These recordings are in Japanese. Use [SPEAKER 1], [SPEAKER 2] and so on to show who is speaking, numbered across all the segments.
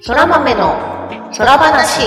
[SPEAKER 1] そら豆の空話。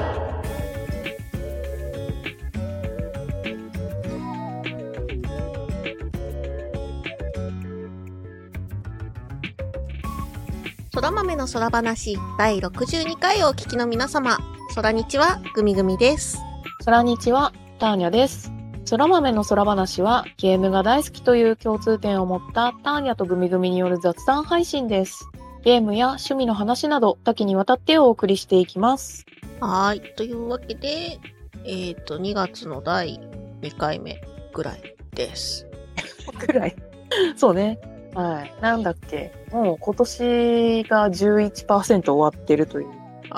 [SPEAKER 1] そら豆の空話第62回をお聞きの皆様、そらにちはぐみぐみです。
[SPEAKER 2] そらにちはターニャです。そら豆の空話はゲームが大好きという共通点を持ったターニャとぐみぐみによる雑談配信です。ゲームや趣味の話など多岐にわたってお送りしていきます。
[SPEAKER 1] はい。というわけで、2月の第2回目ぐらいです。
[SPEAKER 2] ぐらいそうね。はい。なんだっけ。もう今年が 11% 終わってるという。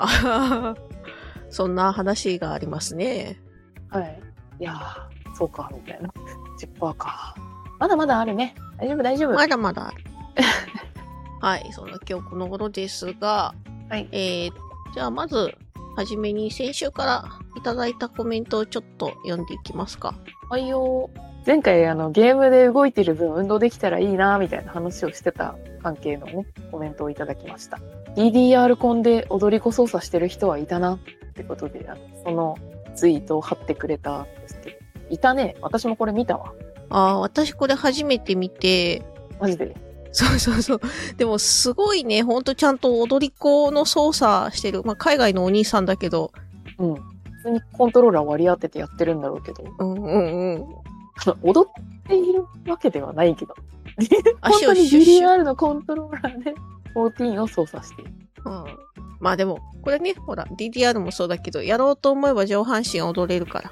[SPEAKER 1] そんな話がありますね。
[SPEAKER 2] はい。いやー、そうか、みたいな。10% か。まだまだあるね。大丈夫、大丈夫。
[SPEAKER 1] まだまだある。はい。そんな今日この頃ですが、
[SPEAKER 2] はい。
[SPEAKER 1] じゃあまず、はじめに先週からいただいたコメントをちょっと読んでいきますか。
[SPEAKER 2] はいよ。前回ゲームで動いてる分運動できたらいいなみたいな話をしてた関係のね、コメントをいただきました。DDR コンで踊り子操作してる人はいたなってことで、そのツイートを貼ってくれたんですけど。いたね。私もこれ見たわ。
[SPEAKER 1] 私これ初めて見て。
[SPEAKER 2] マジで。
[SPEAKER 1] そうそうそう。でもすごいね、ほんとちゃんと踊り子の操作してる。まあ、海外のお兄さんだけど。
[SPEAKER 2] うん。普通にコントローラー割り当ててやってるんだろうけど。
[SPEAKER 1] うんうんうん。
[SPEAKER 2] 踊っているわけではないけど。本当に DDR のコントローラーで14を操作している。
[SPEAKER 1] うん。まあでも、これね、ほら、DDR もそうだけど、やろうと思えば上半身踊れるから。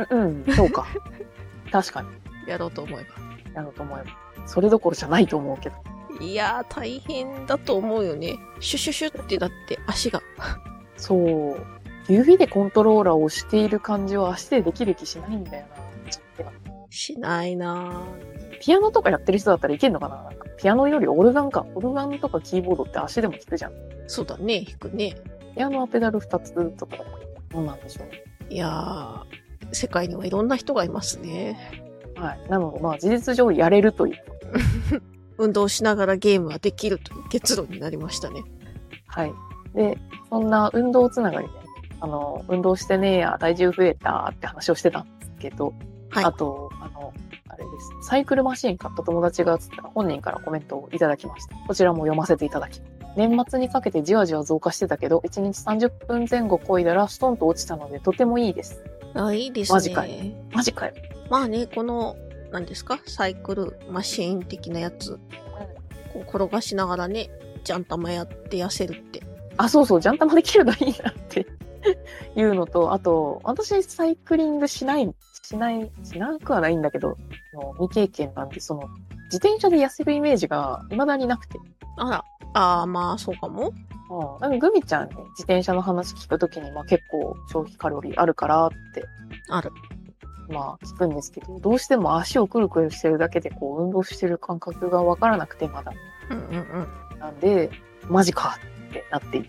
[SPEAKER 2] うんうん、そうか。確かに。
[SPEAKER 1] やろうと思えば。
[SPEAKER 2] やろうと思えば。それどころじゃないと思うけど。
[SPEAKER 1] いやー、大変だと思うよね。シュシュシュってだって足が。
[SPEAKER 2] そう。指でコントローラーを押している感じは足でできる気しないんだよな。
[SPEAKER 1] しないな
[SPEAKER 2] ぁ。ピアノとかやってる人だったらいけんのかな。なんかピアノよりオルガンか。オルガンとかキーボードって足でも弾くじゃん。
[SPEAKER 1] そうだね、弾くね。
[SPEAKER 2] ピアノはペダル2つとかだからどうなんでしょうね。
[SPEAKER 1] いやー、世界にはいろんな人がいますね。
[SPEAKER 2] はい。なので、まあ事実上やれるという。
[SPEAKER 1] 運動しながらゲームはできるという結論になりましたね。
[SPEAKER 2] はい。で、そんな運動つながりで、運動してねえや、体重増えたって話をしてたんですけど、はい、あと、あれです。サイクルマシーン買った友達がつったら本人からコメントをいただきました。こちらも読ませていただきます。年末にかけてじわじわ増加してたけど、1日30分前後漕いだらストンと落ちたのでとてもいいです。
[SPEAKER 1] いいですね。
[SPEAKER 2] マジかよ。マジかよ。
[SPEAKER 1] まあね、この、何ですかサイクルマシーン的なやつ。こう転がしながらね、ジャンタマやって痩せるって。
[SPEAKER 2] あ、そうそう、ジャンタマできるのいいなっていうのと、あと、私サイクリングしなくはないんだけど、未経験なんで、自転車で痩せるイメージが未だになくて。
[SPEAKER 1] あら、まあそうかも。
[SPEAKER 2] グミちゃんに自転車の話聞くときに、まあ結構消費カロリーあるからって。
[SPEAKER 1] ある。
[SPEAKER 2] まあ聞くんですけど、どうしても足をくるくるしてるだけでこう運動してる感覚がわからなくてまだ。なんで、マジかってなっている。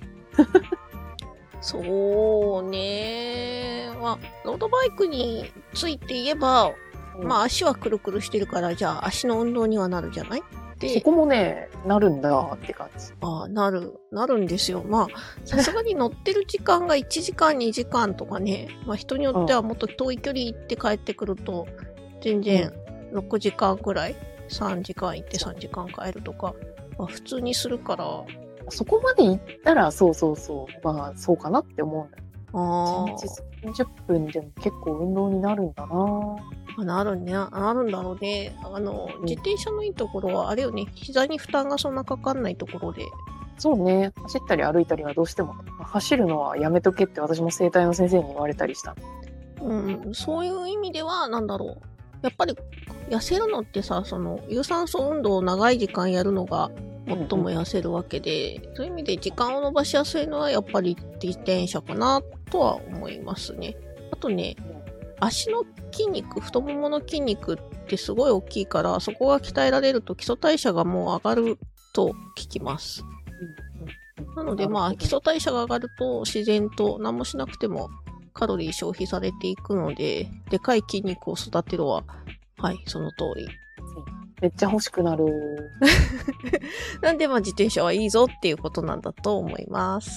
[SPEAKER 1] そうね。まあ、ロードバイクについて言えば、まあ足はくるくるしてるから、じゃあ足の運動にはなるじゃないで、
[SPEAKER 2] そこもね、なるんだって感じ。
[SPEAKER 1] なるんですよ。まあ、さすがに乗ってる時間が1時間、2時間とかね、まあ人によってはもっと遠い距離行って帰ってくると、全然6時間くらい、3時間行って3時間帰るとか、まあ普通にするから。
[SPEAKER 2] そこまで行ったら、そう。まあ、そうかなって思うんだよ。1日30分でも結構運動になるんだな
[SPEAKER 1] なるんだろうね。自転車のいいところは、あれよね、膝に負担がそんなかかんないところで。
[SPEAKER 2] そうね。走ったり歩いたりはどうしても、走るのはやめとけって私も整体の先生に言われたりした。
[SPEAKER 1] そういう意味では、なんだろう。やっぱり、痩せるのってさ、有酸素運動を長い時間やるのが、最も痩せるわけで、そういう意味で時間を伸ばしやすいのは、やっぱり自転車かな、とは思いますね。あとね、足の筋肉、太ももの筋肉ってすごい大きいから、そこが鍛えられると基礎代謝がもう上がると聞きます。なのでまあ、基礎代謝が上がると自然と何もしなくてもカロリー消費されていくので、でかい筋肉を育てるは、はい、その通り。
[SPEAKER 2] めっちゃ欲しくなる。
[SPEAKER 1] なんでまあ自転車はいいぞっていうことなんだと思います。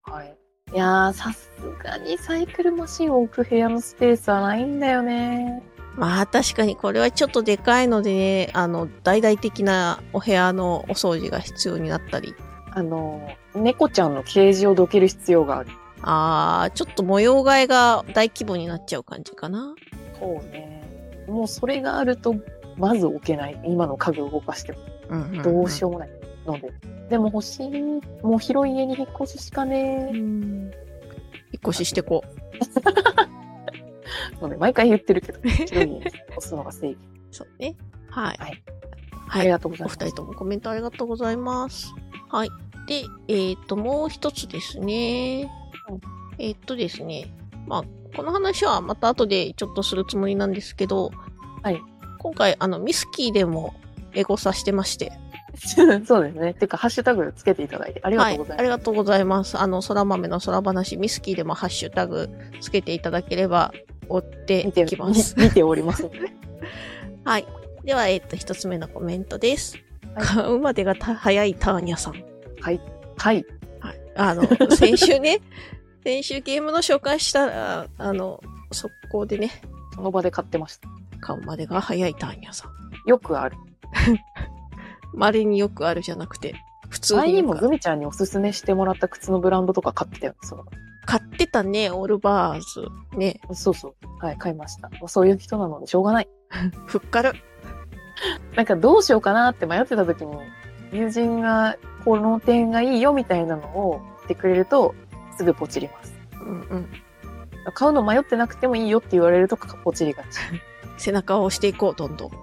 [SPEAKER 2] はい。いやー、さすがにサイクルマシンを置く部屋のスペースはないんだよね。
[SPEAKER 1] まあ確かにこれはちょっとでかいのでね、大々的なお部屋のお掃除が必要になったり。
[SPEAKER 2] 猫ちゃんのケージをどける必要がある。
[SPEAKER 1] ちょっと模様替えが大規模になっちゃう感じかな。
[SPEAKER 2] そうね。もうそれがあると、まず置けない。今の家具を動かしても。どうしようもないので。でも欲しい。もう広い家に引っ越ししかね。
[SPEAKER 1] 引っ越ししてこう。
[SPEAKER 2] ので毎回言ってるけど、広い家に引っ越すのが正義。
[SPEAKER 1] そうね。はい。
[SPEAKER 2] はい。ありがとうございます。
[SPEAKER 1] お二人ともコメントありがとうございます。はい。で、もう一つですね。ですね。まあ、この話はまた後でちょっとするつもりなんですけど、
[SPEAKER 2] はい。
[SPEAKER 1] 今回、ミスキーでもエゴサしてまして。
[SPEAKER 2] そうですね。てか、ハッシュタグつけていただいてありがとうございます。
[SPEAKER 1] はい、ありがとうございます。空豆の空話、ミスキーでもハッシュタグつけていただければ追っていきます。
[SPEAKER 2] 見ております。
[SPEAKER 1] はい。では、一つ目のコメントです。買うまでが早いターニャさん。
[SPEAKER 2] はい。はい。
[SPEAKER 1] 先週ね、先週ゲームの紹介したら、速攻でね。
[SPEAKER 2] その場で買ってました。
[SPEAKER 1] 買うまでが早いターニャさん。
[SPEAKER 2] よくある。
[SPEAKER 1] 稀によくあるじゃなくて、普通に。
[SPEAKER 2] 前にもグミちゃんにおすすめしてもらった靴のブランドとか買ってたよね、その場。
[SPEAKER 1] 買ってたね、オールバーズ。ね。
[SPEAKER 2] そうそう。はい、買いました。そういう人なのでしょうがない。
[SPEAKER 1] ふっかる。
[SPEAKER 2] なんかどうしようかなって迷ってた時に、友人がこの点がいいよみたいなのを言ってくれると、すぐポチります。買うの迷ってなくてもいいよって言われるとポチりがち。
[SPEAKER 1] 背中を押していこう、どんどん。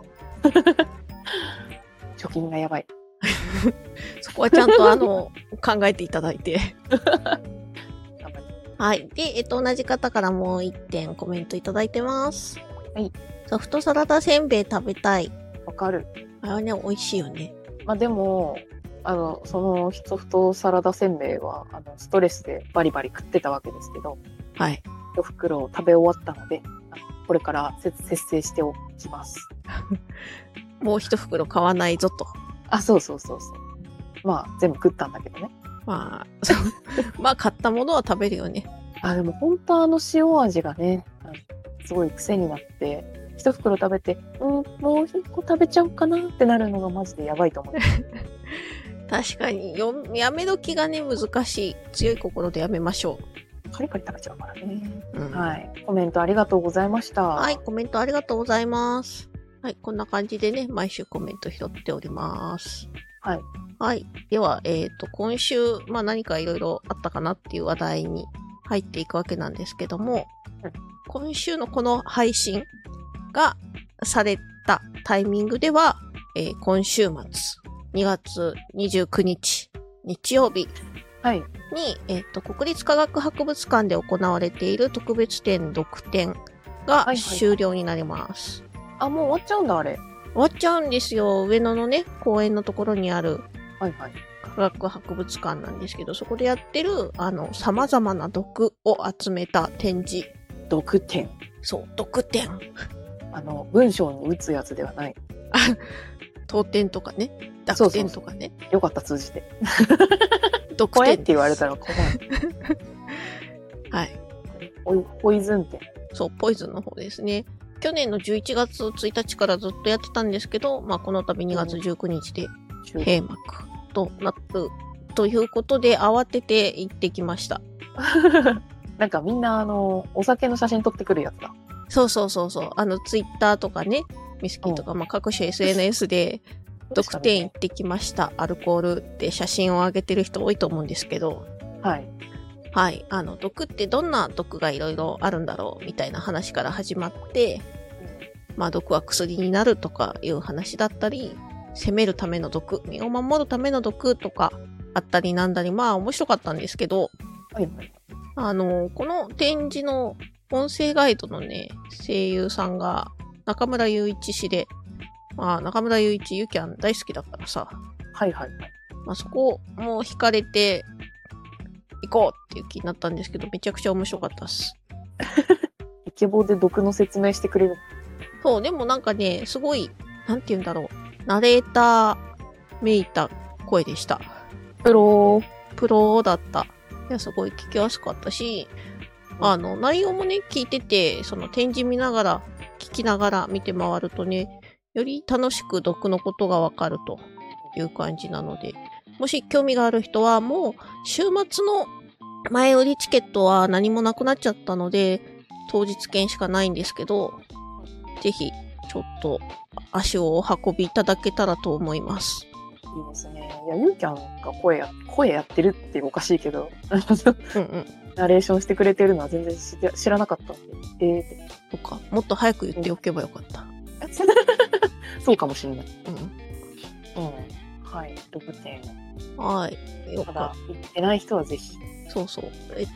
[SPEAKER 2] 貯金がやばい。
[SPEAKER 1] そこはちゃんと考えていただいて。はい。で、同じ方からもう一点コメントいただいてます。
[SPEAKER 2] はい。
[SPEAKER 1] ソフトサラダせんべい食べたい。
[SPEAKER 2] わかる。
[SPEAKER 1] あれはね、美味しいよね。
[SPEAKER 2] まあでも、そのソフトサラダせんべいは、ストレスでバリバリ食ってたわけですけど、
[SPEAKER 1] はい。
[SPEAKER 2] 一袋を食べ終わったので、これから節制しておきます。
[SPEAKER 1] もう一袋買わないぞと。
[SPEAKER 2] そう。まあ、全部食ったんだけどね。
[SPEAKER 1] まあ、そう。まあ、買ったものは食べるよね。
[SPEAKER 2] でも本当塩味がね、すごい癖になって、一袋食べて、もう一個食べちゃおうかなってなるのがマジでやばいと思う。
[SPEAKER 1] 確かに、やめ時がね、難しい。強い心でやめましょ
[SPEAKER 2] う。カリカリ食べちゃうからね。はい。コメントありがとうございました。
[SPEAKER 1] はい、コメントありがとうございます。はい、こんな感じでね、毎週コメント拾っております。
[SPEAKER 2] はい。
[SPEAKER 1] はい。では、今週、まあ何かいろいろあったかなっていう話題に入っていくわけなんですけども、今週のこの配信がされたタイミングでは、今週末、2月29日、日曜日に、国立科学博物館で行われている特別展読展が終了になります。
[SPEAKER 2] もう終わっちゃうんだ、あれ。
[SPEAKER 1] 終わっちゃうんですよ。上野のね、公園のところにある、科学博物館なんですけど、そこでやってる、様々な毒を集めた展示。
[SPEAKER 2] 毒展。
[SPEAKER 1] そう、毒展。
[SPEAKER 2] 文章に打つやつではない。
[SPEAKER 1] 当店とかね、濁点とかね。
[SPEAKER 2] よかった、通じて。
[SPEAKER 1] 毒点
[SPEAKER 2] って言われたら困る。
[SPEAKER 1] はい。
[SPEAKER 2] ポイズン展。
[SPEAKER 1] そう、ポイズンの方ですね。去年の11月1日からずっとやってたんですけど、まあ、この度2月19日で閉幕となるということで、慌てて行ってきました。
[SPEAKER 2] なんかみんな、お酒の写真撮ってくるやつだ。
[SPEAKER 1] そう。ツイッターとかね、ミスキーとか、まあ、各種 SNS で、毒店行ってきました。アルコールって写真を上げてる人多いと思うんですけど。
[SPEAKER 2] はい。
[SPEAKER 1] はい。毒ってどんな毒がいろいろあるんだろうみたいな話から始まって、まあ毒は薬になるとかいう話だったり、攻めるための毒、身を守るための毒とかあったりなんだり、まあ面白かったんですけど、
[SPEAKER 2] はい。
[SPEAKER 1] この展示の音声ガイドのね、声優さんが中村雄一氏で、まあ中村雄一ゆきゃん大好きだからさ、
[SPEAKER 2] はい。
[SPEAKER 1] まあそこも惹かれて、行こうっていう気になったんですけど、めちゃくちゃ面白かったっす。
[SPEAKER 2] イケボで毒の説明してくれる。
[SPEAKER 1] そう、でもなんかね、すごい、なんて言うんだろう。ナレーターめいた声でした。
[SPEAKER 2] プロ
[SPEAKER 1] だった。 いや、すごい聞きやすかったし、内容もね、聞いてて、その展示見ながら、聞きながら見て回るとね、より楽しく毒のことがわかるという感じなので、もし興味がある人はもう週末の前売りチケットは何もなくなっちゃったので、当日券しかないんですけど、ぜひちょっと足をお運びいただけたらと思います。
[SPEAKER 2] いいですね。いや、ゆうきゃんが声やってるっておかしいけど、ナレーションしてくれてるのは全然知らなかったんで。
[SPEAKER 1] とか、もっと早く言っておけばよかった。
[SPEAKER 2] そうかもしれない。はい。6点。
[SPEAKER 1] はい。
[SPEAKER 2] ただ、行ってない人はぜひ。
[SPEAKER 1] そうそう。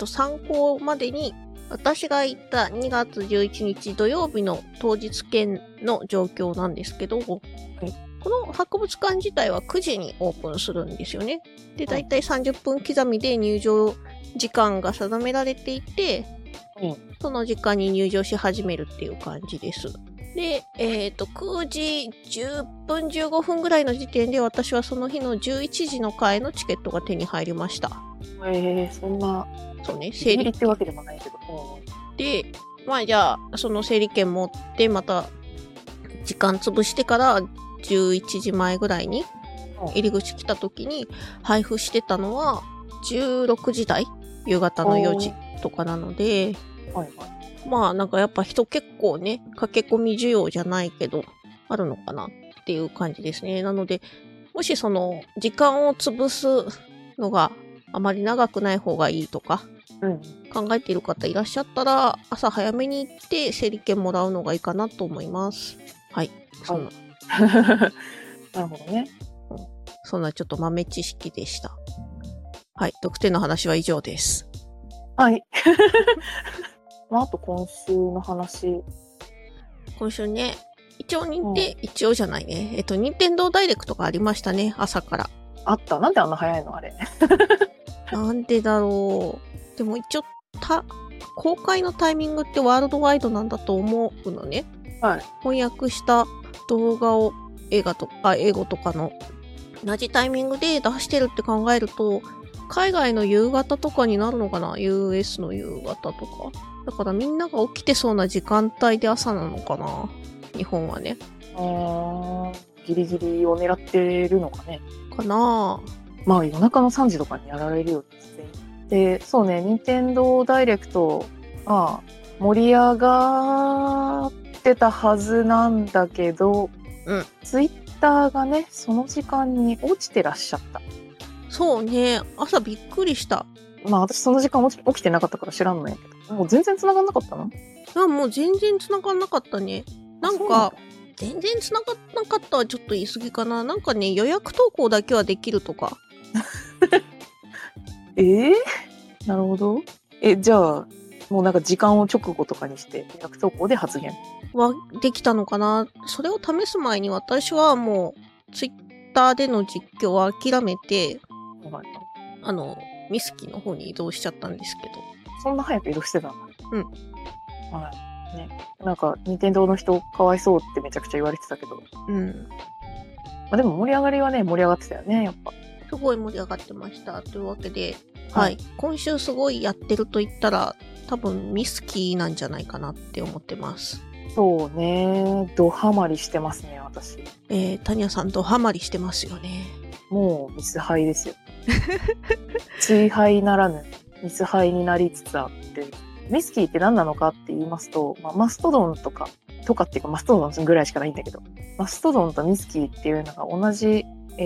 [SPEAKER 1] 参考までに、私が行った2月11日土曜日の当日券の状況なんですけど、この博物館自体は9時にオープンするんですよね。で、だいたい30分刻みで入場時間が定められていて、その時間に入場し始めるっていう感じです。で、9時10分15分ぐらいの時点で私はその日の11時の回のチケットが手に入りました。
[SPEAKER 2] そんな、
[SPEAKER 1] そうね、
[SPEAKER 2] 整理ってわけでもないけど。
[SPEAKER 1] で、まあじゃあ、その整理券持ってまた時間潰してから11時前ぐらいに入り口来た時に配布してたのは16時台夕方の4時とかなので、まあなんかやっぱ人結構ね、駆け込み需要じゃないけど、あるのかなっていう感じですね。なので、もしその時間を潰すのがあまり長くない方がいいとか、考えている方いらっしゃったら、朝早めに行って整理券もらうのがいいかなと思います。はい。そんな。
[SPEAKER 2] なるほどね。
[SPEAKER 1] そんなちょっと豆知識でした。はい。特典の話は以上です。
[SPEAKER 2] はい。あと今週の話。
[SPEAKER 1] 今週ね、一応じゃないね。任天堂ダイレクトがありましたね、朝から。
[SPEAKER 2] あった。なんであんな早いのあれ。
[SPEAKER 1] なんでだろう。でも一応、公開のタイミングってワールドワイドなんだと思うのね。
[SPEAKER 2] はい。
[SPEAKER 1] 翻訳した動画を英語とかの同じタイミングで出してるって考えると、海外の夕方とかになるのかな？ US の夕方とか。だからみんなが起きてそうな時間帯で朝なのかな？日本はね。
[SPEAKER 2] ギリギリを狙ってるのかね。
[SPEAKER 1] かなぁ。
[SPEAKER 2] まあ夜中の3時とかにやられるよってで、そうね、任天堂ダイレクト、盛り上がってたはずなんだけど、ツイッターがね、その時間に落ちてらっしゃった。
[SPEAKER 1] そうね、朝びっくりした。
[SPEAKER 2] まあ私その時間起きてなかったから知らんのやけど、もう全然繋がんなかったの？
[SPEAKER 1] もう全然繋がんなかったね。なんか、全然繋がんなかったはちょっと言い過ぎかな。なんかね、予約投稿だけはできるとか。
[SPEAKER 2] なるほど。じゃあ、もうなんか時間を直後とかにして予約投稿で発言
[SPEAKER 1] はできたのかな。それを試す前に私はもうツイッターでの実況は諦めて、ミスキの方に移動しちゃったんですけど。
[SPEAKER 2] そんな早く移動してたの？ね。なんか、任天堂の人かわいそうってめちゃくちゃ言われてたけど。でも盛り上がりはね、盛り上がってたよね、やっぱ。
[SPEAKER 1] すごい盛り上がってました。というわけで、はい。今週すごいやってると言ったら、多分ミスキーなんじゃないかなって思ってます。
[SPEAKER 2] そうね。ドハマりしてますね、私。
[SPEAKER 1] タニャさんドハマりしてますよね。
[SPEAKER 2] もうミスハイですよ。追廃ならぬミスハイになりつつあって、ミスキーって何なのかって言いますと、マストドンとかっていうかマストドンぐらいしかないんだけど、マストドンとミスキーっていうのが同じ、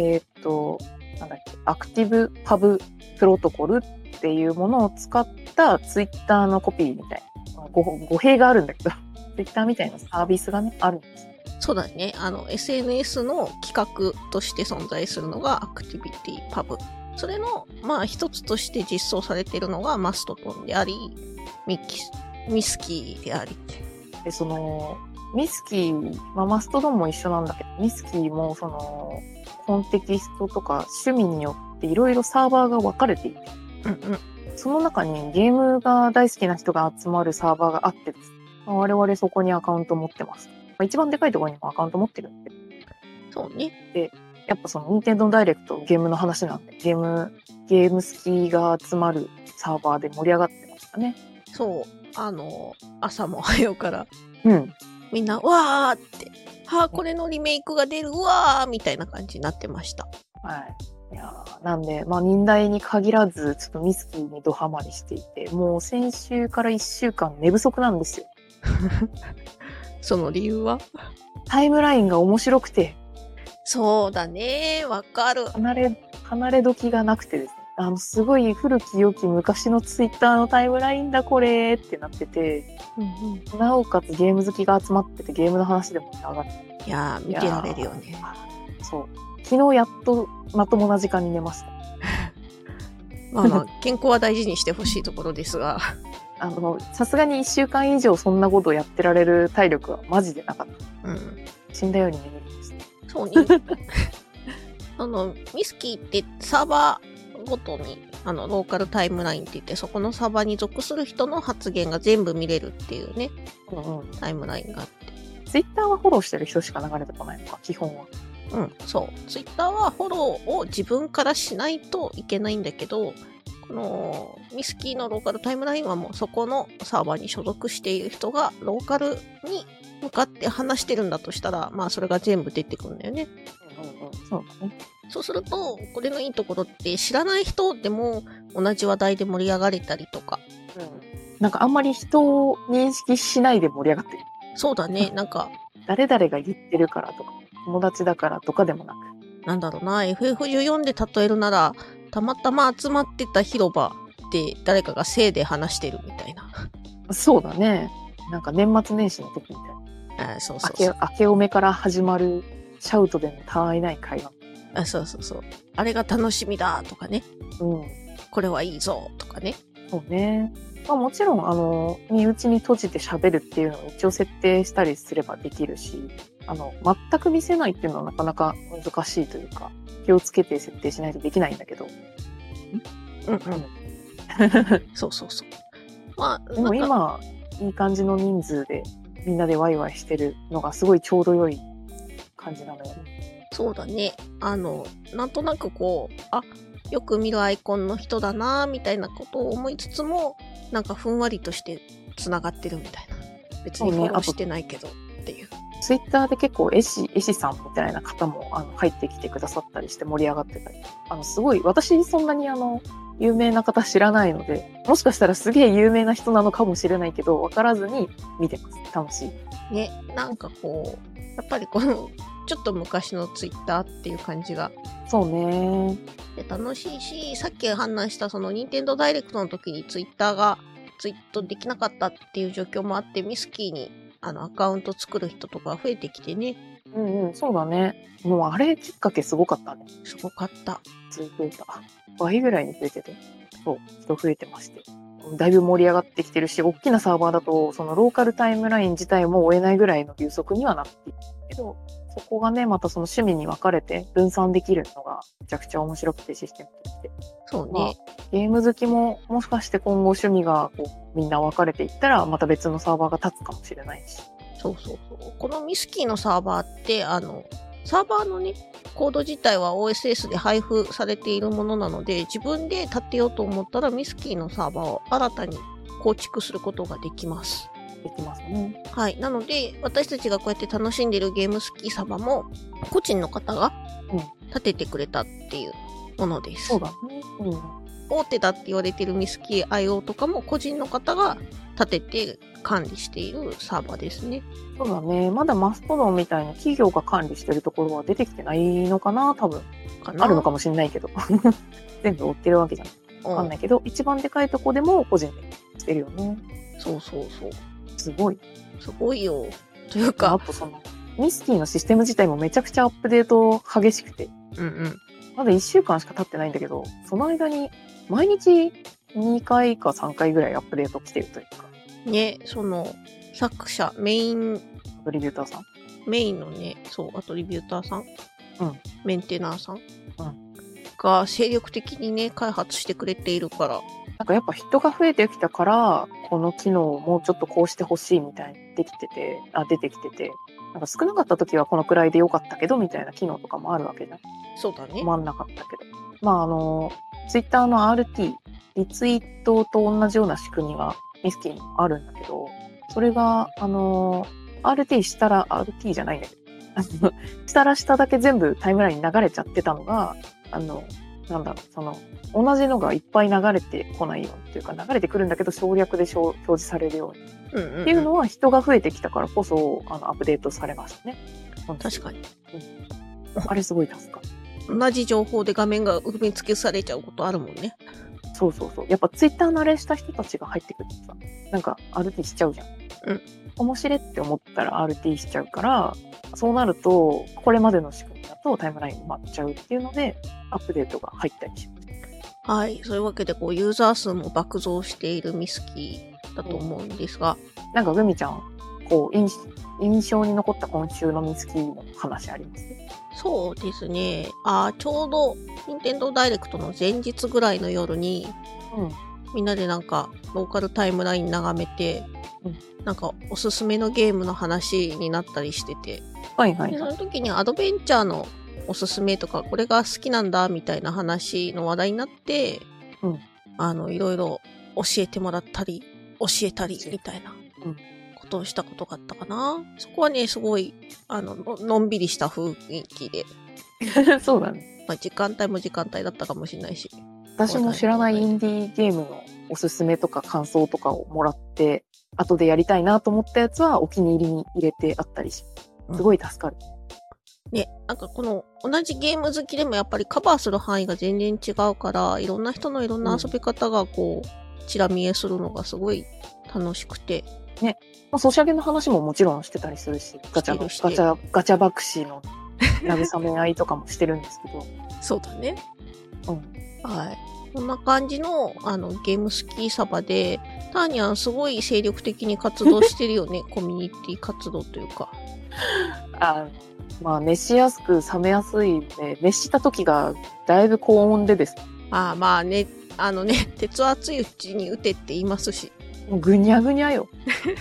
[SPEAKER 2] アクティブパブプロトコルっていうものを使ったツイッターのコピーみたいな、語弊があるんだけど、ツイッターみたいなサービスがね、あるんです。
[SPEAKER 1] そうだね。SNS の企画として存在するのがアクティビティパブ。それの、一つとして実装されているのがマストドンであり、ミスキーであり。
[SPEAKER 2] で、その、ミスキー、マストドンも一緒なんだけど、ミスキーもコンテキストとか趣味によっていろいろサーバーが分かれていて、その中にゲームが大好きな人が集まるサーバーがあってです、我々そこにアカウント持ってます。一番でかいところにもアカウント持ってるんで。
[SPEAKER 1] そうね。
[SPEAKER 2] で、 やっぱその任天堂ダイレクトゲームの話なんで、ゲーム好きが集まるサーバーで盛り上がってましたね。
[SPEAKER 1] そう。朝も早うから、
[SPEAKER 2] うん。
[SPEAKER 1] みんな、わーって、これのリメイクが出るわーみたいな感じになってました。
[SPEAKER 2] はい。いやなんで、まあ、忍耐に限らず、ちょっとミスキーにドハマりしていて、もう先週から1週間寝不足なんですよ。
[SPEAKER 1] その理由は？
[SPEAKER 2] タイムラインが面白くて。
[SPEAKER 1] そうだね。わかる。
[SPEAKER 2] 離れ時がなくてですね。すごい古き良き昔のツイッターのタイムラインだこれってなってて、なおかつゲーム好きが集まっててゲームの話でも上がって。
[SPEAKER 1] いやー、見てられるよね。
[SPEAKER 2] そう。昨日やっとまともな時間に寝ました。
[SPEAKER 1] まあ、健康は大事にしてほしいところですが。
[SPEAKER 2] さすがに1週間以上そんなことやってられる体力はマジでなかった。死んだように眠りました。
[SPEAKER 1] そうね。ミスキーってサーバーごとに、ローカルタイムラインって言って、そこのサーバーに属する人の発言が全部見れるっていうね、タイムラインがあって。
[SPEAKER 2] ツイッターはフォローしてる人しか流れてこないのか、基本は。
[SPEAKER 1] そう。ツイッターはフォローを自分からしないといけないんだけど、このミスキーのローカルタイムラインはもうそこのサーバーに所属している人がローカルに向かって話してるんだとしたら、まあそれが全部出てくるんだよね。
[SPEAKER 2] そうだね。
[SPEAKER 1] そうすると、これのいいところって知らない人でも同じ話題で盛り上がれたりとか。
[SPEAKER 2] なんかあんまり人を認識しないで盛り上がってる。
[SPEAKER 1] そうだね、なんか。
[SPEAKER 2] 誰々が言ってるからとか、友達だからとかでもなく。
[SPEAKER 1] なんだろうな、FF14 で例えるなら、たまたま集まってた広場で誰かが性で話してるみたいな。
[SPEAKER 2] そうだね。なんか年末年始の時みたいな。
[SPEAKER 1] そう。
[SPEAKER 2] 明けおめから始まるシャウトでのたわいない会話。
[SPEAKER 1] そう。あれが楽しみだとかね。これはいいぞとかね。
[SPEAKER 2] そうね。まあもちろん、身内に閉じて喋るっていうのを一応設定したりすればできるし、全く見せないっていうのはなかなか難しいというか、気をつけて設定しないとできないんだけど。
[SPEAKER 1] そう。まあ、
[SPEAKER 2] でも今、いい感じの人数でみんなでワイワイしてるのがすごいちょうど良い感じなのよね。
[SPEAKER 1] そうだね。なんとなくこう、よく見るアイコンの人だなみたいなことを思いつつも、なんかふんわりとして繋がってるみたいな。別にフォローしてないけどっていう。
[SPEAKER 2] ツイッターで結構絵師さんみたいな方も入ってきてくださったりして盛り上がってたり。すごい、私そんなに有名な方知らないので、もしかしたらすげえ有名な人なのかもしれないけど、わからずに見てます。楽しい。
[SPEAKER 1] ね、なんかこう、やっぱりこの、ちょっと昔のツイッターっていう感じが。
[SPEAKER 2] そうね。
[SPEAKER 1] で楽しいし、さっき話したその任天堂ダイレクトの時にツイッターがツイートできなかったっていう状況もあって、ミスキーにアカウント作る人とか増えてきてね。
[SPEAKER 2] そうだね。もうあれきっかけすごかったね。
[SPEAKER 1] すごかった。
[SPEAKER 2] 増えた。倍ぐらいに増えてて。そう、人増えてまして。だいぶ盛り上がってきてるし、大きなサーバーだと、そのローカルタイムライン自体も追えないぐらいの流速にはなっているけど、そこがね、またその趣味に分かれて分散できるのがめちゃくちゃ面白くてシステムとして。
[SPEAKER 1] そうね。
[SPEAKER 2] まあ、ゲーム好きももしかして今後趣味がこうみんな分かれていったらまた別のサーバーが立つかもしれないし。
[SPEAKER 1] そう。このミスキーのサーバーって、サーバーのね、コード自体は OSS で配布されているものなので、自分で立てようと思ったらミスキーのサーバーを新たに構築することができます。
[SPEAKER 2] できますね。
[SPEAKER 1] はい。なので、私たちがこうやって楽しんでいるゲーム好きサーバーも、個人の方が立ててくれたっていうものです。
[SPEAKER 2] そうだね。
[SPEAKER 1] 大手だって言われているミスキー IO とかも個人の方が立てて管理しているサーバーですね。
[SPEAKER 2] そうだね。まだマストドンみたいな企業が管理してるところは出てきてないのかな、多分。あるのかもしれないけど。全部追ってるわけじゃない。わかんないけど、一番でかいとこでも個人でしてるよね。
[SPEAKER 1] そう。
[SPEAKER 2] すごい。
[SPEAKER 1] すごいよ。というか。
[SPEAKER 2] あとミスキーのシステム自体もめちゃくちゃアップデート激しくて。まだ1週間しか経ってないんだけど、その間に毎日2回か3回ぐらいアップデート来てるというか。
[SPEAKER 1] ね、作者、メイン。
[SPEAKER 2] アトリビューターさん。
[SPEAKER 1] メインのね、アトリビューターさん。メンテナーさん。
[SPEAKER 2] うん。
[SPEAKER 1] が精力的にね、開発してくれているから。
[SPEAKER 2] なんかやっぱ人が増えてきたから、この機能をもうちょっとこうしてほしいみたいに出てきてて、 なんか少なかった時はこのくらいでよかったけどみたいな機能とかもあるわけじゃん。
[SPEAKER 1] そうだね。
[SPEAKER 2] 止まんなかったけど。まあツイッターの RT、リツイートと同じような仕組みがミスキーにもあるんだけど、それが、RT したら、RT じゃないんだけど、したらしただけ全部タイムラインに流れちゃってたのが、なんだろう、同じのがいっぱい流れてこないようにっていうか、流れてくるんだけど省略で表示されるように。っていうのは人が増えてきたからこそ、アップデートされましたね。
[SPEAKER 1] 確かに。
[SPEAKER 2] あれすごい助か
[SPEAKER 1] る。同じ情報で画面が埋め付けされちゃうことあるもんね。
[SPEAKER 2] そうそうそう。やっぱツイッター慣れした人たちが入ってくるとさ、なんか RT しちゃうじゃん。
[SPEAKER 1] うん。
[SPEAKER 2] 面白いって思ったら RT しちゃうから、そうなると、これまでの仕組みだとタイムラインに待っちゃうっていうので、アップデートが入ったりします。
[SPEAKER 1] はい。そういうわけで、ユーザー数も爆増しているミスキーだと思うんですが。
[SPEAKER 2] なんかグミちゃん、印象に残った今週のミスキーの話あります？
[SPEAKER 1] そうですね。ちょうど、任天堂ダイレクトの前日ぐらいの夜に、みんなでなんか、ローカルタイムライン眺めて、なんか、おすすめのゲームの話になったりしてて。
[SPEAKER 2] はいはい。
[SPEAKER 1] でその時にアドベンチャーのおすすめとか、これが好きなんだ、みたいな話の話題になって、いろいろ教えてもらったり、教えたり、みたいなことをしたことがあったかな。そこはね、すごい、のんびりした雰囲気で。
[SPEAKER 2] そうだね。
[SPEAKER 1] まあ、時間帯も時間帯だったかもしれないし。
[SPEAKER 2] 私も知らないインディーゲームのおすすめとか感想とかをもらって、後でやりたいなと思ったやつはお気に入りに入れてあったりし、すごい助かる。
[SPEAKER 1] ね、なんかこの同じゲーム好きでもやっぱりカバーする範囲が全然違うから、いろんな人のいろんな遊び方がチラ見えするのがすごい楽しくて。
[SPEAKER 2] ね。まあ、ソシャゲの話ももちろんしてたりするし、ガチャバクシーの慰め合いとかもしてるんですけど。
[SPEAKER 1] そうだね。はい。こんな感じの、ゲームスキーサバで、ターニャンすごい精力的に活動してるよね。コミュニティ活動というか。
[SPEAKER 2] まあ、熱しやすく冷めやすいので、熱した時がだいぶ高温でですね。
[SPEAKER 1] まあね、鉄熱いうちに打てって言いますし。
[SPEAKER 2] もうぐにゃぐにゃよ。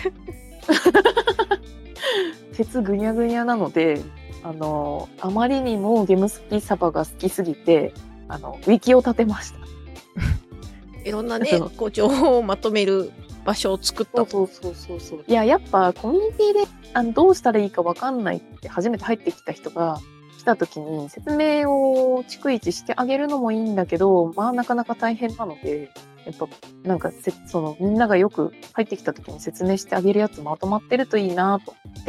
[SPEAKER 2] 鉄ぐにゃぐにゃなので、あまりにもゲームスキーサバが好きすぎて、ウィキを立てました。
[SPEAKER 1] いろんなね、情報をまとめる場所を作った。
[SPEAKER 2] そう。いや、やっぱコミュニティでどうしたらいいかわかんないって初めて入ってきた人が来た時に説明を逐一してあげるのもいいんだけど、まあなかなか大変なので、やっぱなんかみんながよく入ってきた時に説明してあげるやつまとまってるといいなと思って、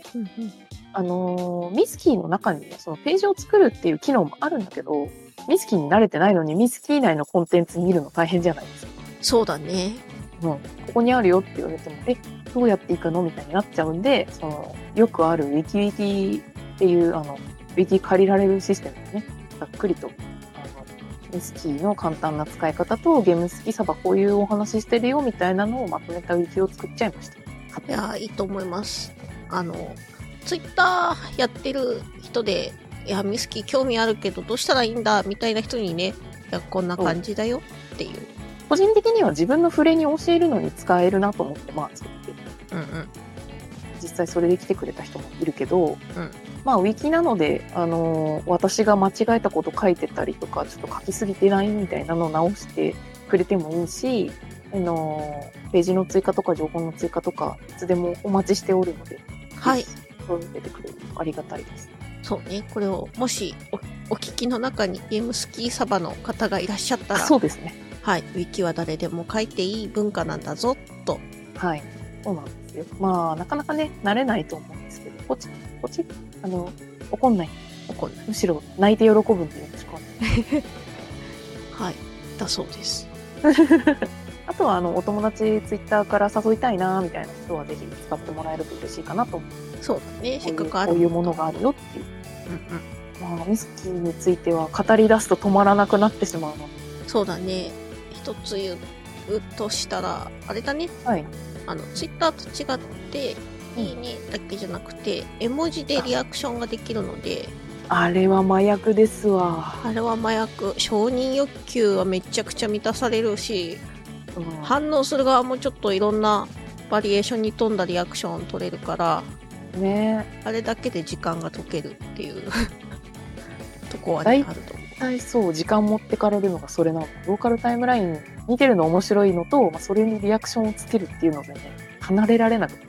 [SPEAKER 2] ミスキーの中にね、そのページを作るっていう機能もあるんだけど、ミスキーに慣れてないのにミスキー内のコンテンツ見るの大変じゃないですか。
[SPEAKER 1] そうだね。
[SPEAKER 2] ここにあるよって言われても、どうやっていくのみたいになっちゃうんで、よくあるウィキっていう、ウィキ借りられるシステムでね、ざっくりと、ミスキーの簡単な使い方とゲームスキーサバこういうお話してるよみたいなのをまとめたウィキを作っちゃいました。
[SPEAKER 1] いや、いいと思います。ツイッターやってる人で、いや、ミスキー興味あるけどどうしたらいいんだみたいな人にね、いや、こんな感じだよっていう。
[SPEAKER 2] 個人的には自分の触れに教えるのに使えるなと思って、作って実際それで来てくれた人もいるけど、まあ、ウィキなので、私が間違えたこと書いてたりとか、ちょっと書きすぎてないみたいなのを直してくれてもいいし、ページの追加とか情報の追加とか、いつでもお待ちしておるので、
[SPEAKER 1] はい。
[SPEAKER 2] そう出てくれるとありがたいです。
[SPEAKER 1] そうね、これを、もしお聞きの中にゲームスキーサバの方がいらっしゃったら、
[SPEAKER 2] そうですね。
[SPEAKER 1] はい、ウィキは誰でも書いていい文化なんだぞ、と。
[SPEAKER 2] はい、そうなんですよ。まあ、なかなかね、慣れないと思うんですけど、怒んない。むしろ泣いて喜ぶんでよろしくお願いします。
[SPEAKER 1] はい、だそうです。
[SPEAKER 2] あとは、お友達ツイッターから誘いたいな、みたいな人はぜひ使ってもらえると嬉しいかなと思う。
[SPEAKER 1] そうだね、せっかくある。
[SPEAKER 2] こういうものがあるよっていう。まあ、ミスキーについては語り出すと止まらなくなってしまうので。
[SPEAKER 1] そうだね。一つ言うとしたら、あれだね。
[SPEAKER 2] はい。
[SPEAKER 1] ツイッターと違って、いいねだけじゃなくて、絵文字でリアクションができるので。
[SPEAKER 2] あれは麻薬ですわ。
[SPEAKER 1] あれは麻薬。承認欲求はめちゃくちゃ満たされるし、反応する側もちょっといろんなバリエーションに富んだリアクション取れるから、
[SPEAKER 2] ね。
[SPEAKER 1] あれだけで時間が解けるっていうとこはね、あると思う。
[SPEAKER 2] 大体そう、時間持ってかれるのがそれなの。ローカルタイムライン見てるの面白いのと、それにリアクションをつけるっていうのでね、離れられなくて。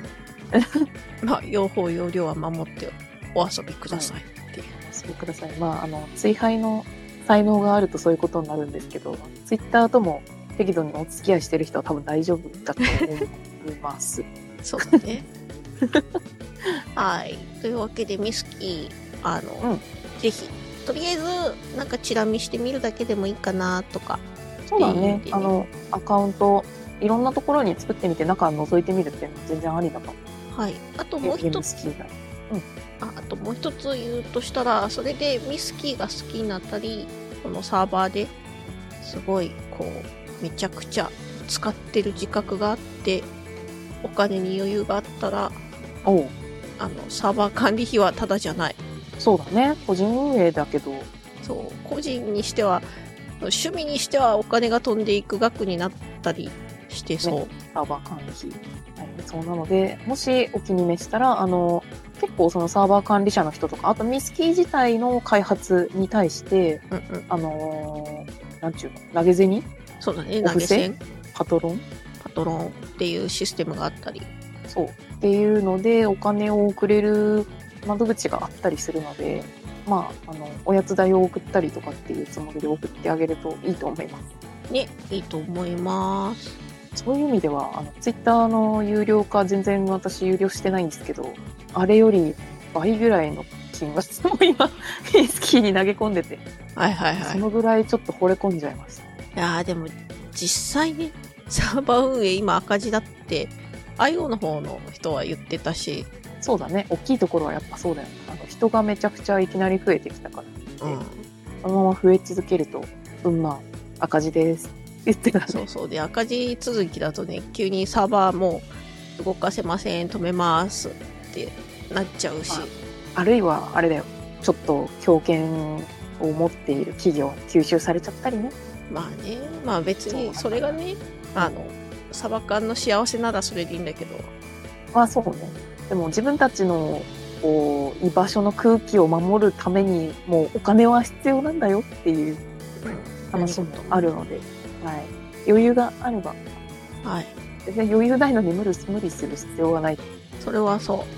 [SPEAKER 1] 用法用量は守ってお遊びくださいっていう。
[SPEAKER 2] お遊びください。追廃の才能があるとそういうことになるんですけど、ツイッターとも適度にお付き合いしてる人は多分大丈夫だと思います
[SPEAKER 1] そうだね。はい。というわけで、ミスキー、ぜひ、とりあえず、なんかチラ見してみるだけでもいいかなとか。
[SPEAKER 2] そうだね。アカウント、いろんなところに作ってみて中覗いてみるっていうのは全然ありだと思う。
[SPEAKER 1] はい。あともう一つ。あともう一つ言うとしたら、それでミスキーが好きになったり、このサーバーですごい、めちゃくちゃ使ってる自覚があって、お金に余裕があったら、サーバー管理費はタダじゃない。
[SPEAKER 2] そうだね。個人運営だけど。
[SPEAKER 1] そう。個人にしては、趣味にしてはお金が飛んでいく額になったりしてそう。
[SPEAKER 2] サーバー管理費。はい、そうなので、もしお気に召したら、結構そのサーバー管理者の人とか、あとミスキー自体の開発に対して、なんちゅうの、投げ銭？
[SPEAKER 1] そうだね、投げ銭。
[SPEAKER 2] パトロン
[SPEAKER 1] っていうシステムがあったり。
[SPEAKER 2] そう。っていうので、お金を送れる窓口があったりするので、おやつ代を送ったりとかっていうつもりで送ってあげるといいと思います。
[SPEAKER 1] ね、いいと思います。
[SPEAKER 2] そういう意味では、ツイッターの有料化全然私有料してないんですけど、あれより倍ぐらいの金額も今、ミスキーに投げ込んでて。
[SPEAKER 1] はいはいはい。
[SPEAKER 2] そのぐらいちょっと惚れ込んじゃいました。
[SPEAKER 1] いやーでも、実際ね、サーバー運営今赤字だって、IO の方の人は言ってたし。
[SPEAKER 2] そうだね。大きいところはやっぱそうだよね。人がめちゃくちゃいきなり増えてきたから。このまま増え続けると、赤字です。言ってたね。
[SPEAKER 1] そうそう。で、赤字続きだとね、急にサーバーもう動かせません、止めますってなっちゃうし。
[SPEAKER 2] あるいは、あれだよ。ちょっと強権を持っている企業に吸収されちゃったりね。
[SPEAKER 1] 別にそれがね、サバ缶の幸せならそれでいいんだけど。
[SPEAKER 2] そうね。でも自分たちの居場所の空気を守るためにもうお金は必要なんだよっていう話もあるので、余裕があれば、全然余裕ないのに無理する必要がない。
[SPEAKER 1] それはそう。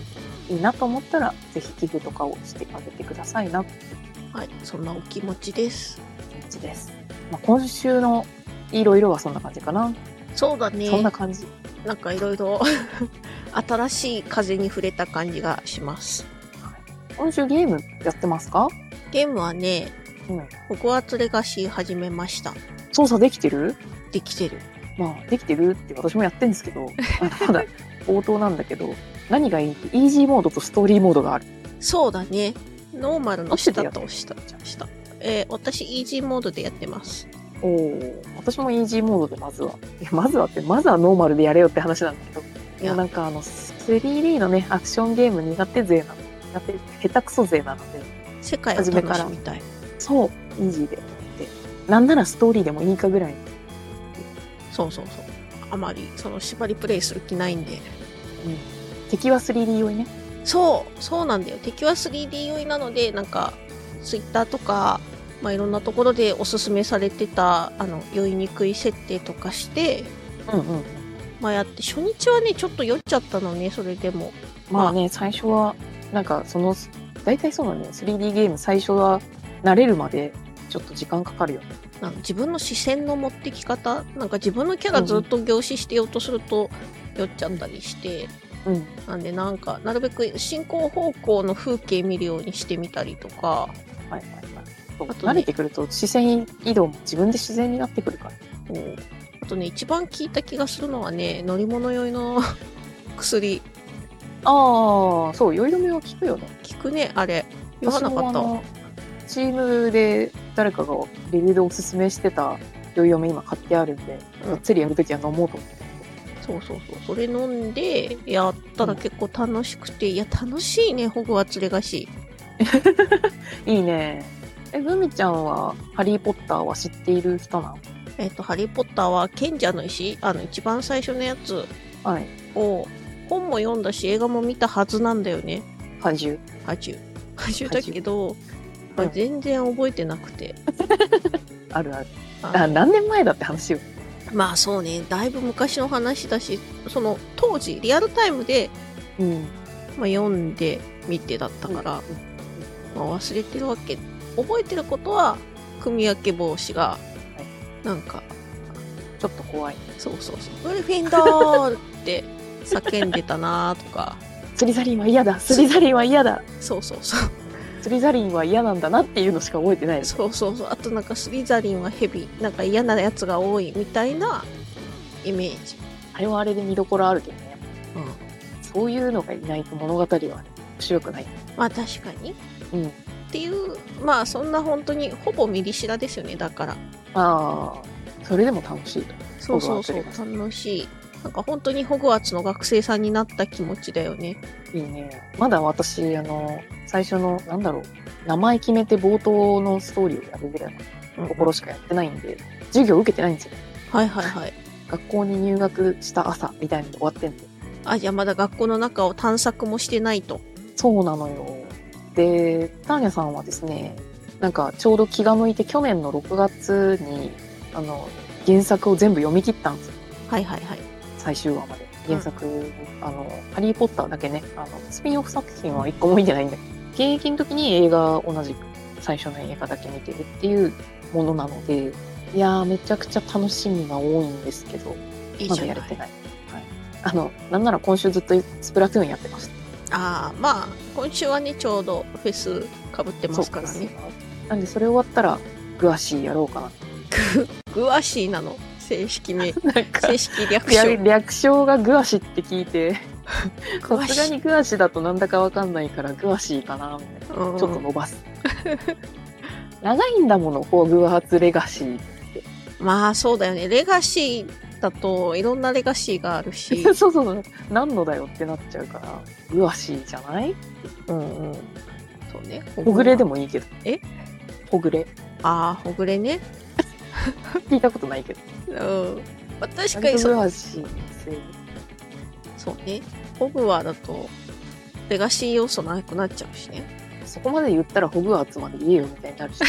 [SPEAKER 2] いいなと思ったらぜひ寄付とかをしてあげてくださいな。
[SPEAKER 1] はい、そんなお気持ちです。
[SPEAKER 2] 気持ちです。今週のいろいろはそんな感じかな。
[SPEAKER 1] そうだね。
[SPEAKER 2] そんな感じ。
[SPEAKER 1] なんかいろいろ新しい風に触れた感じがします。
[SPEAKER 2] 今週ゲームやってますか？
[SPEAKER 1] ゲームはね、ホグワーツレガシー始めました。
[SPEAKER 2] 操作できてる？
[SPEAKER 1] できてる。
[SPEAKER 2] できてるって私もやってるんですけど、まだ冒頭なんだけど、何がいいって、イージーモードとストーリーモードがある。
[SPEAKER 1] そうだね。ノーマルの下と下。私、イージーモードでやってます。
[SPEAKER 2] 私もイージーモードでまずはノーマルでやれよって話なんだけど、3D のね、アクションゲーム苦手勢なの。下手くそ勢なので。
[SPEAKER 1] 世界を楽しみたい。
[SPEAKER 2] そう、イージーで。なんならストーリーでもいいかぐらい。
[SPEAKER 1] そう。あまり、縛りプレイする気ないんで。
[SPEAKER 2] 敵は 3D 酔いね。
[SPEAKER 1] そうなんだよ。敵は 3D 酔いなので、なんか、ツイッターとか、いろんなところでおすすめされてた、酔いにくい設定とかして、やって、初日はね、ちょっと酔っちゃったのね、それでも。
[SPEAKER 2] 最初は、大体そうだね、3D ゲーム最初は慣れるまでちょっと時間かかるよね。
[SPEAKER 1] 自分の視線の持ってき方、自分のキャラずっと凝視してようとすると酔っちゃったりして、なんでなるべく進行方向の風景見るようにしてみたりとか。
[SPEAKER 2] あと、慣れてくると視線移動も自分で自然になってくるから。
[SPEAKER 1] あとね、一番効いた気がするのはね、乗り物酔いの薬。
[SPEAKER 2] そう、酔い止めは効くよね。
[SPEAKER 1] 効くね、あれ。言わなかった。
[SPEAKER 2] チームで誰かがレビューでおすすめしてた酔い止め今買ってあるんで、がっつりやるときは飲もうと思って。
[SPEAKER 1] そう。それ飲んで、やったら結構楽しくて、いや、楽しいね、ホグワーツレガシ
[SPEAKER 2] ー。いいね。グミちゃんは、ハリーポッターは知っている人なの？
[SPEAKER 1] ハリーポッターは賢者の石、一番最初のやつを、 本も読んだし映画も見たはずなんだよね。
[SPEAKER 2] 波獣
[SPEAKER 1] だけど、まあ、全然覚えてなくて。
[SPEAKER 2] あるある。何年前だって話よ。
[SPEAKER 1] まあそうね、だいぶ昔の話だし、その当時リアルタイムで、まあ、読んでみてだったから、まあ、忘れてるわけ。覚えてることは組み分け帽子がなんか
[SPEAKER 2] ちょっと怖い。
[SPEAKER 1] そうグリフィンドールって叫んでたなとか
[SPEAKER 2] スリザリンは嫌だスリザリンは嫌だ
[SPEAKER 1] そう
[SPEAKER 2] スリザリンは嫌なんだなっていうのしか覚えてない。
[SPEAKER 1] そうあとなんかスリザリンはヘビなんか嫌なやつが多いみたいなイメージ。
[SPEAKER 2] あれはあれで見どころあるけどね、そういうのがいないと物語は、ね、面白くない。
[SPEAKER 1] まあ確かに、っていうまあそんな本当にほぼミリシラですよね。だから
[SPEAKER 2] それでも楽しいと。
[SPEAKER 1] そう楽しい。なんか本当にホグワーツの学生さんになった気持ちだよね。
[SPEAKER 2] いいね。まだ私最初の名前決めて冒頭のストーリーをやるぐらいのところしかやってないんで、授業受けてないんですよ。
[SPEAKER 1] はい
[SPEAKER 2] 学校に入学した朝みたいに終わってんで。
[SPEAKER 1] じゃあまだ学校の中を探索もしてないと。
[SPEAKER 2] そうなのよ。でターニャさんはですね、なんかちょうど気が向いて去年の6月に原作を全部読み切ったんですよ。最終話まで原作、ハリーポッターだけね、スピンオフ作品は一個も見てないんだけど、現役の時に映画同じく最初の映画だけ見てるっていうものなので、いやーめちゃくちゃ楽しみが多いんですけど、まだやれてない。なんなら今週ずっとスプラトゥーンやってました。
[SPEAKER 1] まあ今週はねちょうどフェスかぶってますからね。
[SPEAKER 2] なんでそれ終わったらグアシーやろうかな。
[SPEAKER 1] グアシーなの正式名正式略
[SPEAKER 2] 称。略称がグアシって聞いてさすがにグアシだとなんだかわかんないからグアシーかなみたいな、ちょっと伸ばす長いんだものホグワーツレガシーって。
[SPEAKER 1] まあそうだよね。レガシーだといろんなレガシーがあるし
[SPEAKER 2] そう何のだよってなっちゃうからグアシーじゃない？
[SPEAKER 1] そうね。
[SPEAKER 2] ほぐれでもいいけど。ほぐれ。
[SPEAKER 1] ほぐれね
[SPEAKER 2] 聞いたことないけど。
[SPEAKER 1] 確かに
[SPEAKER 2] グアシー
[SPEAKER 1] そうね。ホグワーだとレガシー要素なくなっちゃうしね。
[SPEAKER 2] そこまで言ったらホグワーツまで言えよみたいになるし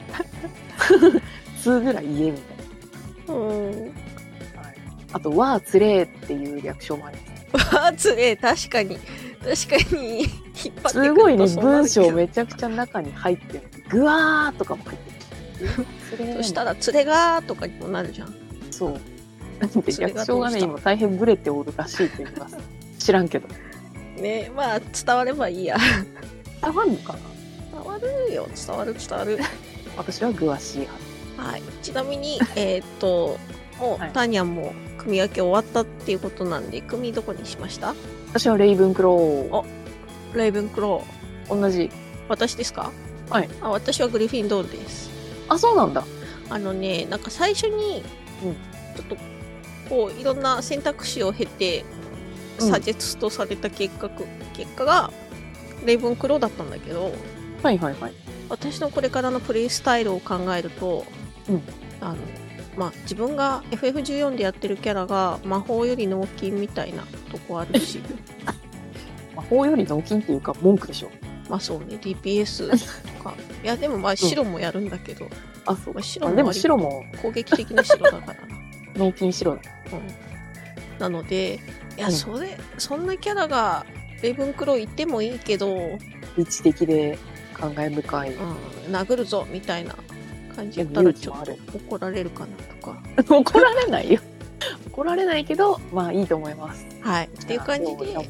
[SPEAKER 2] 2ぐらい言えみたいな。あとワーツレーっていう略称もあります。
[SPEAKER 1] ワーツレー確かに引っ張ってくると
[SPEAKER 2] すごいね、文章めちゃくちゃ中に入ってる。グワーとかも入ってる。
[SPEAKER 1] そしたらツレガーとかにもなるじゃん。
[SPEAKER 2] そう。なんで略称がね今大変ブレておるらしいと言います。知らんけど
[SPEAKER 1] ね。まあ伝わればいいや。
[SPEAKER 2] 伝わるのかな。
[SPEAKER 1] 伝わるよ。伝わる
[SPEAKER 2] 私はグアシー
[SPEAKER 1] 派。ちなみにもうターニャンも組み分け終わったっていうことなんで、組どこにしました？
[SPEAKER 2] 私はレイブンクロー。
[SPEAKER 1] レイブンクロ
[SPEAKER 2] ー同じ。
[SPEAKER 1] 私ですか？私はグリフィンドールです。
[SPEAKER 2] そうなんだ。
[SPEAKER 1] なんか最初にちょっとこういろんな選択肢を経てサジェストされた結果がレイブンクローだったんだけど、私のこれからのプレイスタイルを考えると、まあ自分が FF14 でやってるキャラが魔法より脳筋みたいなとこあるし
[SPEAKER 2] 魔法より脳筋っていうか文句でしょ。
[SPEAKER 1] まあそうね、 DPS とかいやでもまあ白もやるんだけど、
[SPEAKER 2] そう。
[SPEAKER 1] 白も
[SPEAKER 2] でも白も
[SPEAKER 1] 攻撃的な白だからな
[SPEAKER 2] 脳筋白だ。
[SPEAKER 1] なのでいや、そんなキャラがレイブンクローいてもいいけど
[SPEAKER 2] 理知的で感慨深い、
[SPEAKER 1] 殴るぞみたいな感じだったらちょっと怒られるかなとか
[SPEAKER 2] 怒られないよ怒られないけどまあいいと思います。
[SPEAKER 1] っていう感じで、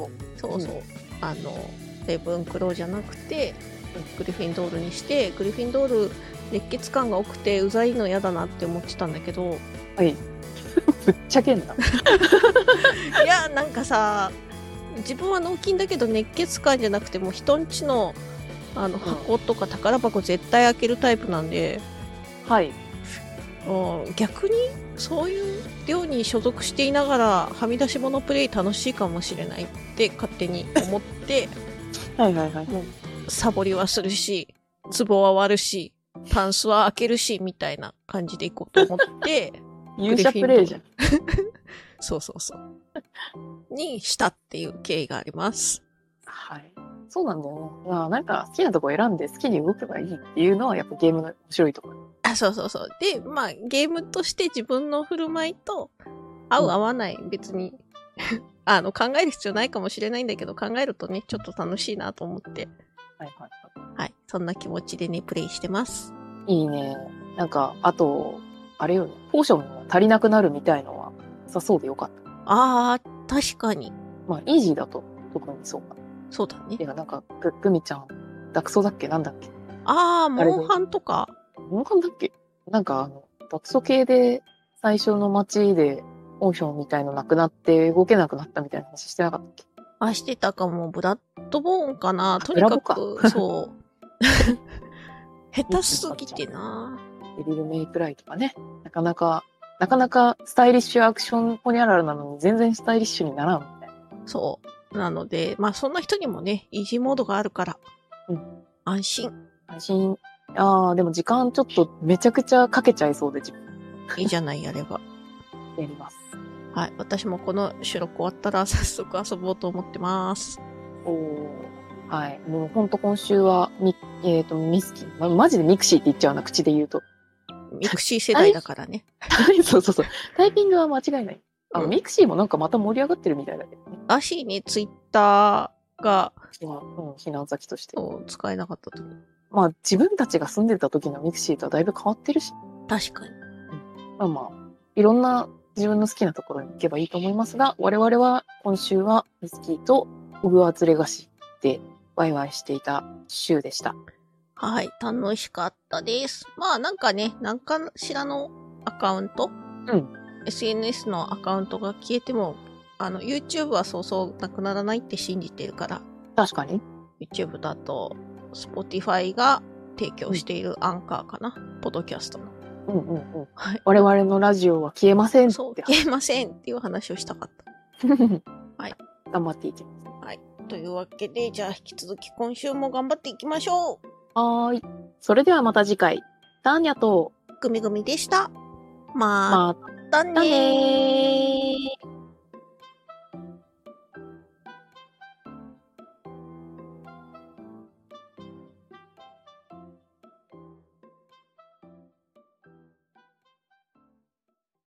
[SPEAKER 1] レイブンクローじゃなくてグリフィンドールにして、グリフィンドール熱血感が多くてうざいの嫌だなって思ってたんだけど、
[SPEAKER 2] ぶっちゃけんな。
[SPEAKER 1] いやなんかさ、自分は脳筋だけど熱血感じゃなくても人んちの箱とか宝箱絶対開けるタイプなんで、逆にそういう寮に所属していながらはみ出し物プレイ楽しいかもしれないって勝手に思ってもうサボりはするし、壺は割るし、タンスは開けるしみたいな感じでいこうと思って
[SPEAKER 2] 勇者プレイじゃん
[SPEAKER 1] そうそうそう。にしたっていう経緯があります。
[SPEAKER 2] はい。そうなんだよね。まあなんか好きなとこ選んで好きに動けばいいっていうのはやっぱゲームの面白いところ。
[SPEAKER 1] あ、そうそうそう。で、まあゲームとして自分の振る舞いと合う合わない別に考える必要ないかもしれないんだけど、考えるとね、ちょっと楽しいなと思って。
[SPEAKER 2] はいはいはい。
[SPEAKER 1] はい。そんな気持ちでね、プレイしてます。
[SPEAKER 2] いいね。なんか、あと、あれよね。ポーションが足りなくなるみたいのは、さそうでよかった。
[SPEAKER 1] あー、確かに。
[SPEAKER 2] まあ、イージーだと特にそうか。
[SPEAKER 1] そうだね。
[SPEAKER 2] てか、なんか、グミちゃん、ダクソだっけなんだっけ
[SPEAKER 1] あー、モンハンとか。
[SPEAKER 2] モンハンだっけなんか、ダクソ系で、最初の街で、ポーションみたいのなくなって動けなくなったみたいな話してなかったっけ
[SPEAKER 1] あ、してたかも。ブラッドボーンかな。とにか
[SPEAKER 2] ブラボか
[SPEAKER 1] く、そう。下手すぎてな。
[SPEAKER 2] デビルメイクライとかね。なかなかスタイリッシュアクションホニャララなのに全然スタイリッシュにならんみたいな。
[SPEAKER 1] そう。なので、まあそんな人にもね、イージーモードがあるから、
[SPEAKER 2] うん。
[SPEAKER 1] 安心。
[SPEAKER 2] 安心。ああ、でも時間ちょっとめちゃくちゃかけちゃいそうで自分。
[SPEAKER 1] いいじゃない、やれば。
[SPEAKER 2] やります。
[SPEAKER 1] はい。私もこの収録終わったら早速遊ぼうと思ってます。
[SPEAKER 2] おー。はい。もうほんと今週はミスキー。マジでミクシーって言っちゃうな、口で言うと。
[SPEAKER 1] ミクシー世代だからね。
[SPEAKER 2] そうそうそう。タイピングは間違いない。
[SPEAKER 1] うん
[SPEAKER 2] ミクシーもなんかまた盛り上がってるみたいだけどね。
[SPEAKER 1] らしいね、ツイッターが、
[SPEAKER 2] 避難先として。
[SPEAKER 1] 使えなかったと。
[SPEAKER 2] まあ自分たちが住んでた時のミクシーとはだいぶ変わってるし。
[SPEAKER 1] 確かに。
[SPEAKER 2] まあまあ、いろんな自分の好きなところに行けばいいと思いますが、我々は今週はミスキーとホグワーツレガシーでワイワイしていた週でした。
[SPEAKER 1] はい、楽しかったです。まあなんかね、何かしらのアカウント、SNS のアカウントが消えても、YouTube はそうそうなくならないって信じてるから。
[SPEAKER 2] 確かに。
[SPEAKER 1] YouTube だと、Spotify が提供しているアンカーかな。ポッドキャストの。
[SPEAKER 2] はい。我々のラジオは消えませんって。
[SPEAKER 1] そう、消えませんっていう話をしたかった。はい。
[SPEAKER 2] 頑張っていきます。
[SPEAKER 1] はい。というわけで、じゃあ引き続き今週も頑張っていきましょう。
[SPEAKER 2] はーい。それではまた次回。ターニャと
[SPEAKER 1] グミグミでした。またねー。